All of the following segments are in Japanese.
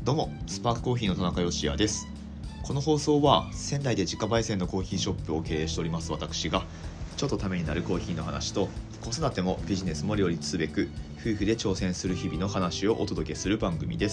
どうも、スパークコーヒーの田中芳也です。この放送は仙台で自家焙煎のコーヒーショップを経営しております私が、ちょっとためになるコーヒーの話と子育てもビジネスも両立すべく夫婦で挑戦する日々の話をお届けする番組です。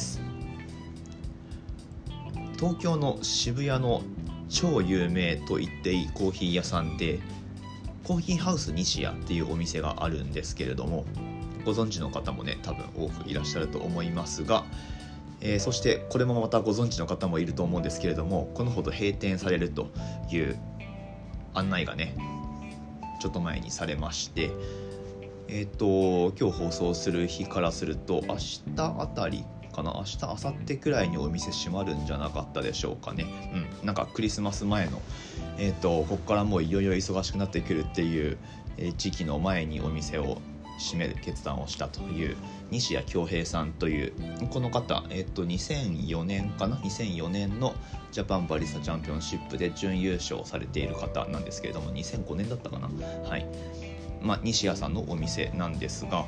東京の渋谷の超有名と言っていいコーヒー屋さんで、コーヒーハウス西谷っていうお店があるんですけれども、ご存知の方もね多分多くいらっしゃると思いますが、そしてこれもまたご存知の方もいると思うんですけれども、このほど閉店されるという案内がねちょっと前にされまして、今日放送する日からすると明日あたりかな、明日明後日くらいにお店閉まるんじゃなかったでしょうかね。なんかクリスマス前のここからもういよいよ忙しくなってくるっていう時期の前にお店を閉める決断をしたという西谷恭平さんというこの方、2004年かな、2004年のジャパンバリスタチャンピオンシップで準優勝されている方なんですけれども、2005年だったかな。はい、西谷さんのお店なんですが、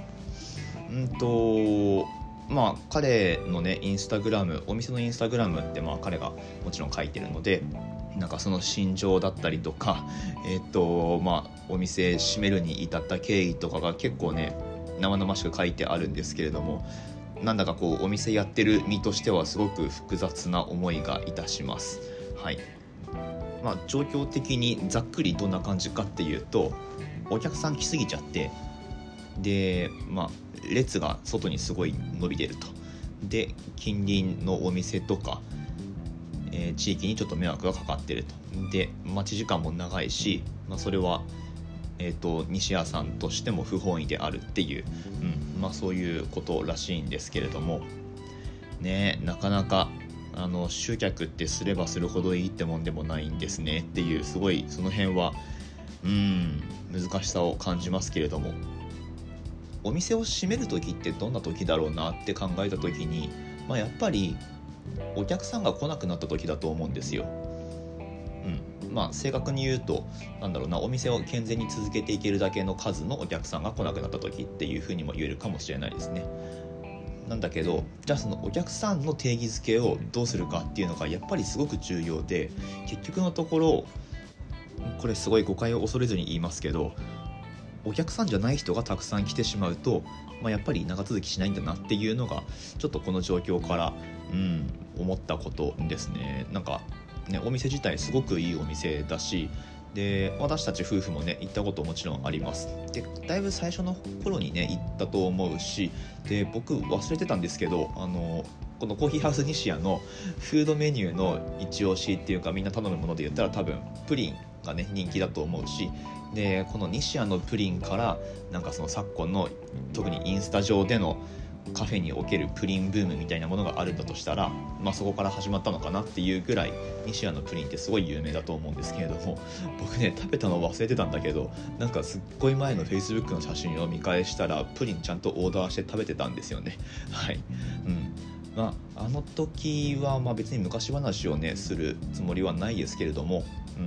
彼のねインスタグラム、お店のインスタグラムって彼がもちろん書いてるので、なんかその心情だったりとか、お店閉めるに至った経緯とかが結構ね生々しく書いてあるんですけれども、なんだかこうお店やってる身としてはすごく複雑な思いがいたします。はい、状況的にざっくりどんな感じかっていうと、お客さん来すぎちゃって、で列が外にすごい伸びてると。で近隣のお店とか、地域にちょっと迷惑がかかってると。で待ち時間も長いし、それは、西谷さんとしても不本意であるっていう、そういうことらしいんですけれどもね、なかなか集客ってすればするほどいいってもんでもないんですねっていう、すごいその辺は難しさを感じますけれども、お店を閉める時ってどんな時だろうなって考えた時に、やっぱりお客さんが来なくなった時だと思うんですよ。正確に言うとお店を健全に続けていけるだけの数のお客さんが来なくなった時っていうふうにも言えるかもしれないですね。なんだけど、じゃあそのお客さんの定義づけをどうするかっていうのがやっぱりすごく重要で、結局のところこれすごい誤解を恐れずに言いますけど、お客さんじゃない人がたくさん来てしまうと、やっぱり長続きしないんだなっていうのがちょっとこの状況から思ったことですね。なんかね、お店自体すごくいいお店だし、で私たち夫婦もね行ったこともちろんあります。でだいぶ最初の頃にね行ったと思うし、で僕忘れてたんですけど、このコーヒーハウス西谷のフードメニューの一押しっていうか、みんな頼むもので言ったら多分プリンがね人気だと思うし、でこの西谷のプリンからなんかその昨今の特にインスタ上でのカフェにおけるプリンブームみたいなものがあるんだとしたら、そこから始まったのかなっていうぐらい西谷のプリンってすごい有名だと思うんですけれども、僕ね食べたの忘れてたんだけど、なんかすっごい前の Facebook の写真を見返したらプリンちゃんとオーダーして食べてたんですよね。はい、あの時は別に昔話をねするつもりはないですけれども、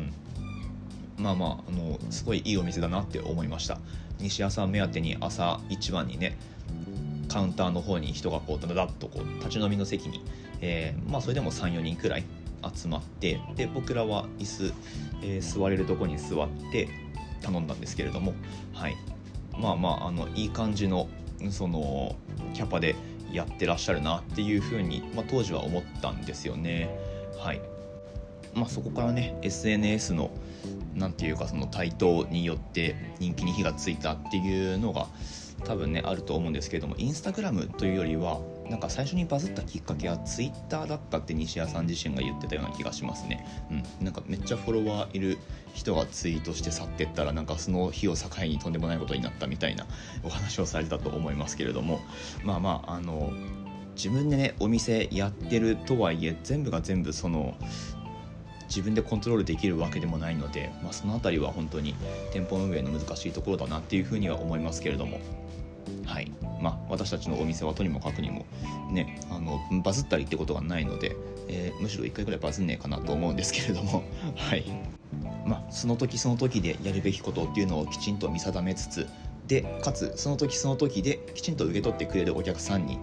すごいいいお店だなって思いました。西谷さん目当てに朝一番にねカウンターの方に人がこうダダッとこう立ち飲みの席に、それでも 3,4 人くらい集まって、で僕らは椅子、座れるとこに座って頼んだんですけれども、はい、いい感じのそのキャパでやってらっしゃるなっていうふうに、当時は思ったんですよね。はい、そこからね SNS のなんていうかその台頭によって人気に火がついたっていうのが多分ねあると思うんですけれども、インスタグラムというよりはなんか最初にバズったきっかけはツイッターだったって西谷さん自身が言ってたような気がしますね。なんかめっちゃフォロワーいる人がツイートして去ってったら、なんかその日を境にとんでもないことになったみたいなお話をされたと思いますけれども、自分でねお店やってるとはいえ全部が全部その自分でコントロールできるわけでもないので、そのあたりは本当に店舗運営の難しいところだなっていうふうには思いますけれども、はい、私たちのお店はとにもかくにもねバズったりってことがないので、むしろ1回くらいバズんねえかなと思うんですけれどもはい、その時その時でやるべきことっていうのをきちんと見定めつつ、でかつその時その時できちんと受け取ってくれるお客さんに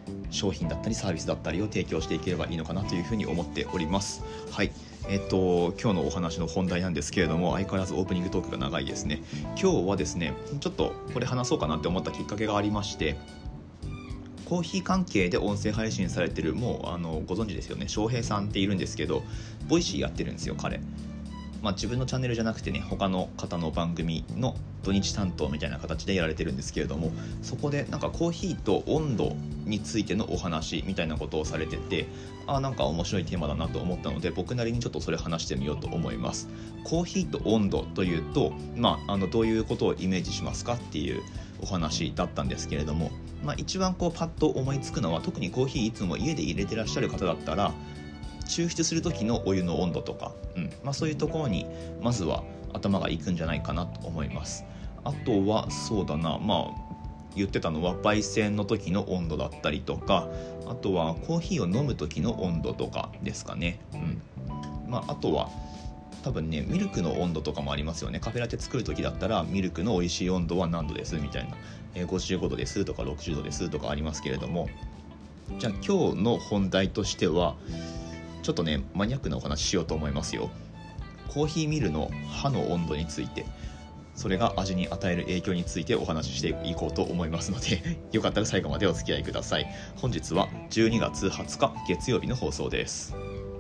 商品だったりサービスだったりを提供していければいいのかなというふうに思っております。はい、今日のお話の本題なんですけれども、相変わらずオープニングトークが長いですね。今日はですね、ちょっとこれ話そうかなって思ったきっかけがありまして、コーヒー関係で音声配信されてる、もうご存知ですよね、翔平さんっているんですけど、ボイシーやってるんですよ彼。自分のチャンネルじゃなくてね、他の方の番組の土日担当みたいな形でやられてるんですけれども、そこでなんかコーヒーと温度についてのお話みたいなことをされてて、なんか面白いテーマだなと思ったので、僕なりにちょっとそれ話してみようと思います。コーヒーと温度というと、どういうことをイメージしますかっていうお話だったんですけれども、一番パッと思いつくのは、特にコーヒーいつも家で入れてらっしゃる方だったら、抽出する時のお湯の温度とか、そういうところにまずは頭がいくんじゃないかなと思います。あとはそうだな、言ってたのは焙煎の時の温度だったりとか、あとはコーヒーを飲む時の温度とかですかね。あとは多分ね、ミルクの温度とかもありますよね。カフェラテ作る時だったら、ミルクの美味しい温度は何度ですみたいな、55度ですとか60度ですとかありますけれども、じゃあ今日の本題としてはちょっとね、マニアックなお話しようと思いますよ。コーヒーミルの刃の温度について、それが味に与える影響についてお話ししていこうと思いますのでよかったら最後までお付き合いください。本日は12月20日月曜日の放送です。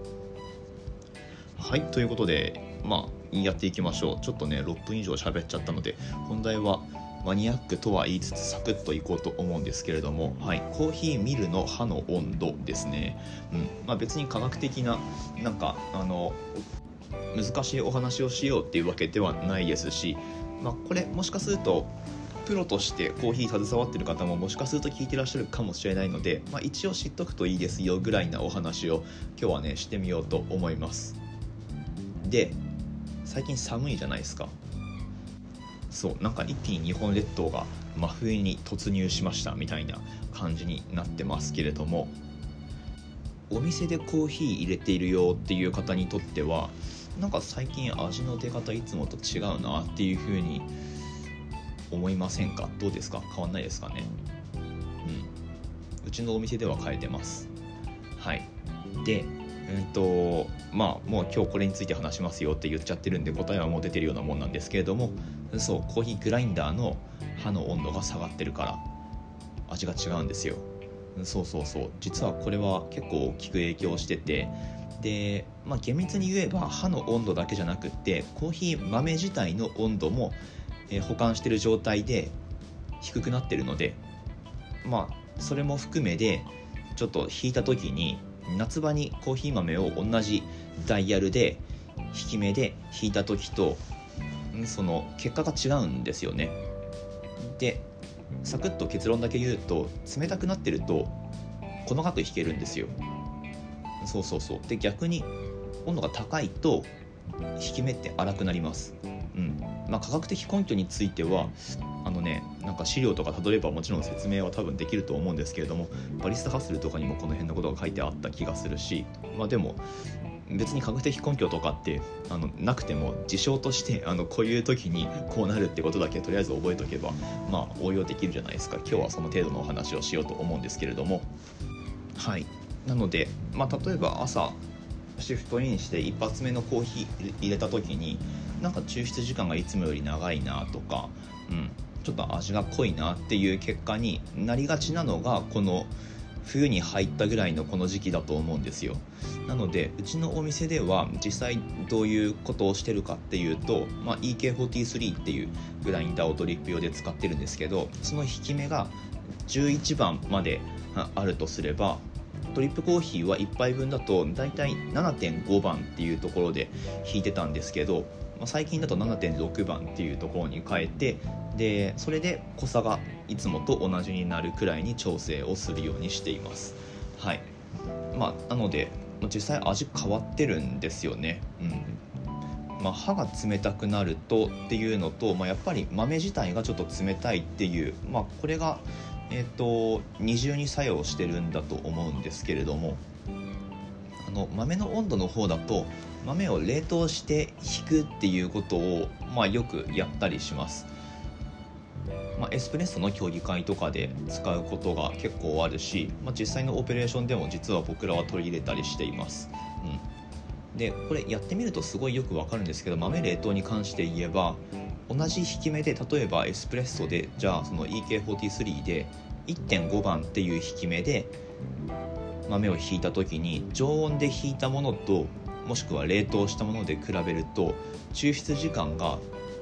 はい、ということでやっていきましょう。ちょっとね6分以上喋っちゃったので、本題はマニアックとは言いつつサクッといこうと思うんですけれども、コーヒーミルの刃の温度ですね。別に科学的な難しいお話をしようっていうわけではないですし、これもしかするとプロとしてコーヒー携わってる方ももしかすると聞いてらっしゃるかもしれないので、一応知っとくといいですよぐらいなお話を今日はねしてみようと思います。で、最近寒いじゃないですか。そう、一気に日本列島が真冬に突入しましたみたいな感じになってますけれども、お店でコーヒー入れているよっていう方にとっては、最近味の出方いつもと違うなっていう風に思いませんか？どうですか？変わんないですかね。うちのお店では変えてます。でもう今日これについて話しますよって言っちゃってるんで、答えはもう出てるようなもんなんですけれども、そう、コーヒーグラインダーの刃の温度が下がってるから味が違うんですよ。そう、実はこれは結構大きく影響してて、で、厳密に言えば刃の温度だけじゃなくって、コーヒー豆自体の温度も、保管してる状態で低くなってるので、それも含めでちょっと引いた時に、夏場にコーヒー豆を同じダイヤルで引き目で引いた時と、その結果が違うんですよね。で、サクッと結論だけ言うと、冷たくなってると細かく引けるんですよ。そうで、逆に温度が高いと引き目って粗くなります。科学的根拠については資料とかたどればもちろん説明は多分できると思うんですけれども、バリスタハッスルとかにもこの辺のことが書いてあった気がするし、でも別に科学的根拠とかってなくても、事象としてこういう時にこうなるってことだけとりあえず覚えておけば応用できるじゃないですか。今日はその程度のお話をしようと思うんですけれども、なので、例えば朝シフトインして一発目のコーヒー入れた時に抽出時間がいつもより長いなとか、ちょっと味が濃いなっていう結果になりがちなのが、この冬に入ったぐらいのこの時期だと思うんですよ。なのでうちのお店では実際どういうことをしてるかっていうと、EK43 っていうグラインダーをドリップ用で使ってるんですけど、その引き目が11番まであるとすれば、ドリップコーヒーは1杯分だとだいたい 7.5 番っていうところで引いてたんですけど、最近だと 7.6 番っていうところに変えて、でそれで濃さがいつもと同じになるくらいに調整をするようにしています。なので実際味変わってるんですよね。歯が冷たくなるとっていうのと、やっぱり豆自体がちょっと冷たいっていう、これが二重に作用してるんだと思うんですけれども、豆の温度の方だと豆を冷凍して引くっていうことをよくやったりします。 エスプレッソの競技会とかで使うことが結構あるし、実際のオペレーションでも実は僕らは取り入れたりしています。でこれやってみるとすごいよくわかるんですけど、豆冷凍に関して言えば同じ引き目で、例えばエスプレッソでじゃあその EK43 で 1.5 番っていう引き目で豆をひいた時に、常温でひいたものともしくは冷凍したもので比べると抽出時間が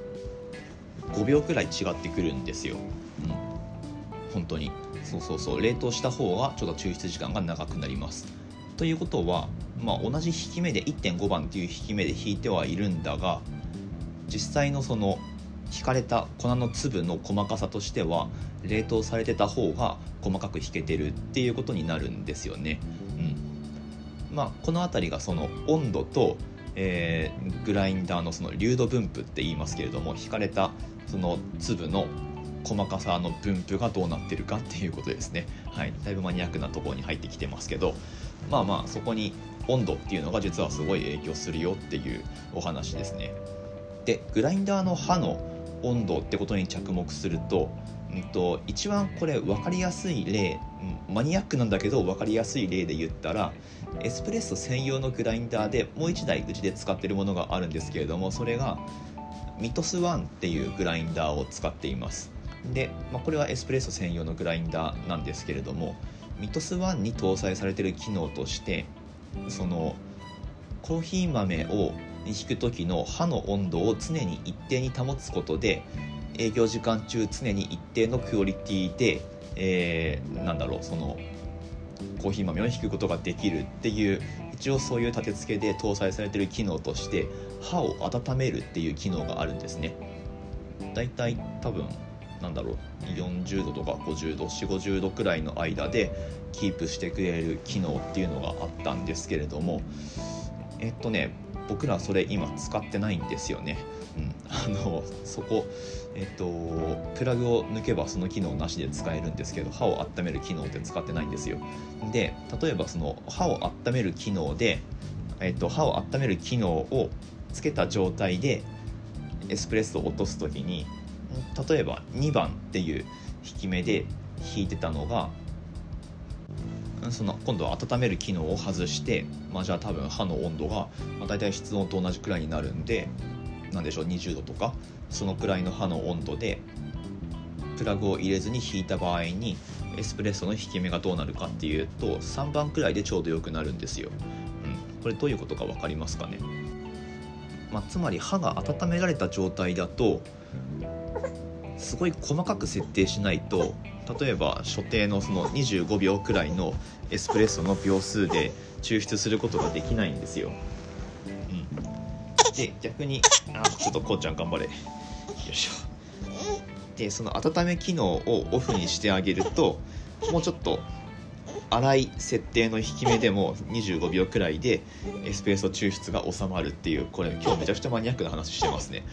5秒くらい違ってくるんですよ。本当にそう冷凍した方がちょっと抽出時間が長くなります。ということは、同じ引き目で 1.5 番っていう引き目で引いてはいるんだが、実際のその引かれた粉の粒の細かさとしては冷凍されてた方が細かく引けてるっていうことになるんですよね。このあたりがその温度と、グラインダーのその流度分布って言いますけれども、引かれたその粒の細かさの分布がどうなってるかっていうことですね。だいぶマニアックなところに入ってきてますけど、そこに温度っていうのが実はすごい影響するよっていうお話ですね。でグラインダーの刃の温度ってことに着目すると、一番これ分かりやすい例、マニアックなんだけど分かりやすい例で言ったら、エスプレッソ専用のグラインダーでもう1台うちで使っているものがあるんですけれども、それがミトス1っていうグラインダーを使っています。で、これはエスプレッソ専用のグラインダーなんですけれども、ミトス1に搭載されている機能として、そのコーヒー豆を引く時の刃の温度を常に一定に保つことで、営業時間中常に一定のクオリティで、そのコーヒー豆を引くことができるっていう、一応そういう立て付けで搭載されている機能として刃を温めるっていう機能があるんですね。だいたい多分40度とか50度、40-50度くらいの間でキープしてくれる機能っていうのがあったんですけれども、僕らそれ今使ってないんですよね。そこ、プラグを抜けばその機能なしで使えるんですけど、刃を温める機能って使ってないんですよ。で例えばその刃を温める機能で、刃を温める機能をつけた状態でエスプレッソを落とすときに、例えば2番っていう引き目で引いてたのが、今度は温める機能を外して、じゃあ多分刃の温度が、だいたい室温と同じくらいになるんで、20度とかそのくらいの刃の温度でプラグを入れずに引いた場合にエスプレッソの引き目がどうなるかっていうと、3番くらいでちょうどよくなるんですよ。これどういうことか分かりますかね。つまり刃が温められた状態だとすごい細かく設定しないと、例えば所定のその25秒くらいのエスプレッソの秒数で抽出することができないんですよ。で逆にちょっとこうちゃん頑張れ、よいしょ。でその温め機能をオフにしてあげると、もうちょっと粗い設定の引き目でも25秒くらいでエスプレッソ抽出が収まるっていう、これ今日めちゃくちゃマニアックな話してますね。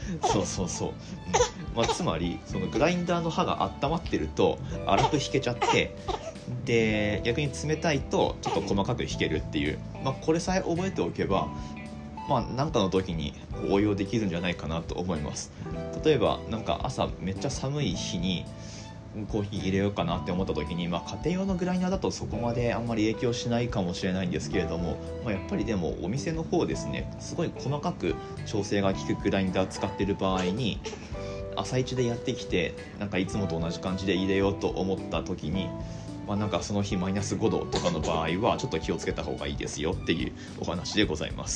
つまりそのグラインダーの刃が温まってると粗く引けちゃって、で逆に冷たいとちょっと細かく引けるっていう、これさえ覚えておけば何かの時に応用できるんじゃないかなと思います。例えば朝めっちゃ寒い日にコーヒー入れようかなって思った時に、家庭用のグラインダーだとそこまであんまり影響しないかもしれないんですけれども、やっぱりでもお店の方ですね、すごい細かく調整が効くグラインダー使ってる場合に、朝一でやってきていつもと同じ感じで入れようと思った時に、その日マイナス5度とかの場合はちょっと気をつけた方がいいですよっていうお話でございます。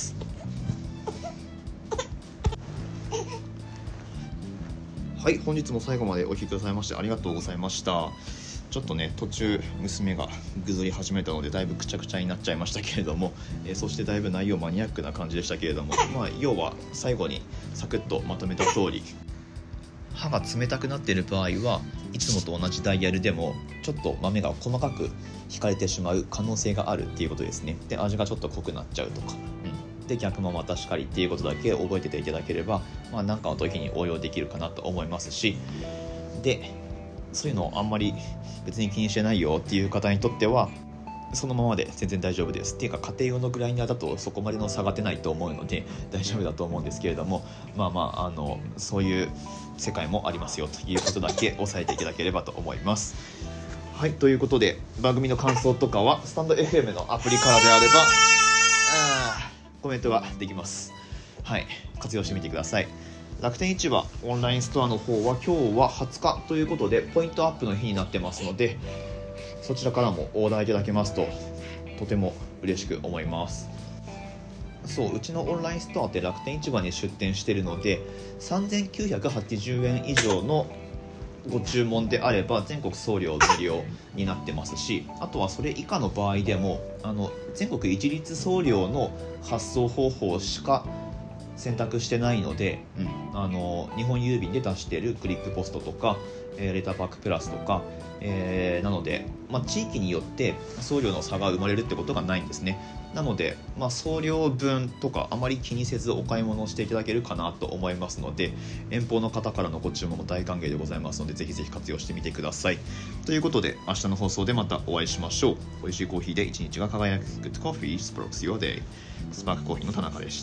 はい、本日も最後までお聞きくださいましてありがとうございました。ちょっとね途中娘がぐずり始めたのでだいぶくちゃくちゃになっちゃいましたけれども、そしてだいぶ内容マニアックな感じでしたけれども、要は最後にサクッとまとめた通り、刃が冷たくなっている場合はいつもと同じダイヤルでもちょっと豆が細かく引かれてしまう可能性があるっていうことですね。で味がちょっと濃くなっちゃうとか、で逆もまたしかりっていうことだけ覚えてていただければ、何かの時に応用できるかなと思いますし、でそういうのをあんまり別に気にしてないよっていう方にとってはそのままで全然大丈夫です。っていうか家庭用のグラインダーだとそこまでの差が出ないと思うので大丈夫だと思うんですけれども、そういう世界もありますよということだけ押さえていただければと思います。はい、ということで番組の感想とかはスタンド FM のアプリからであればコメントができます。はい、活用してみてください。楽天市場オンラインストアの方は今日は20日ということでポイントアップの日になってますので、そちらからもオーダーいただけますととても嬉しく思います。うちのオンラインストアって楽天市場に出店しているので、3980円以上のご注文であれば全国送料無料になってますし、あとはそれ以下の場合でも全国一律送料の発送方法しか選択してないので、日本郵便で出しているクリックポストとかレターパックプラスとか、なので、地域によって送料の差が生まれるってことがないんですね。なので、送料分とかあまり気にせずお買い物をしていただけるかなと思いますので、遠方の方からのご注文も大歓迎でございますので、ぜひぜひ活用してみてください。ということで明日の放送でまたお会いしましょう。美味しいコーヒーで一日が輝く Good Coffee Sparks Your Day。 スパークコーヒーの田中でした。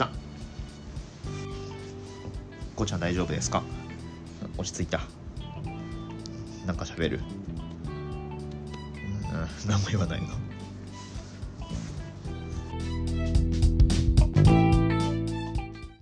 こうちゃん大丈夫ですか？落ち着いた？なんか喋る？何も言わないの？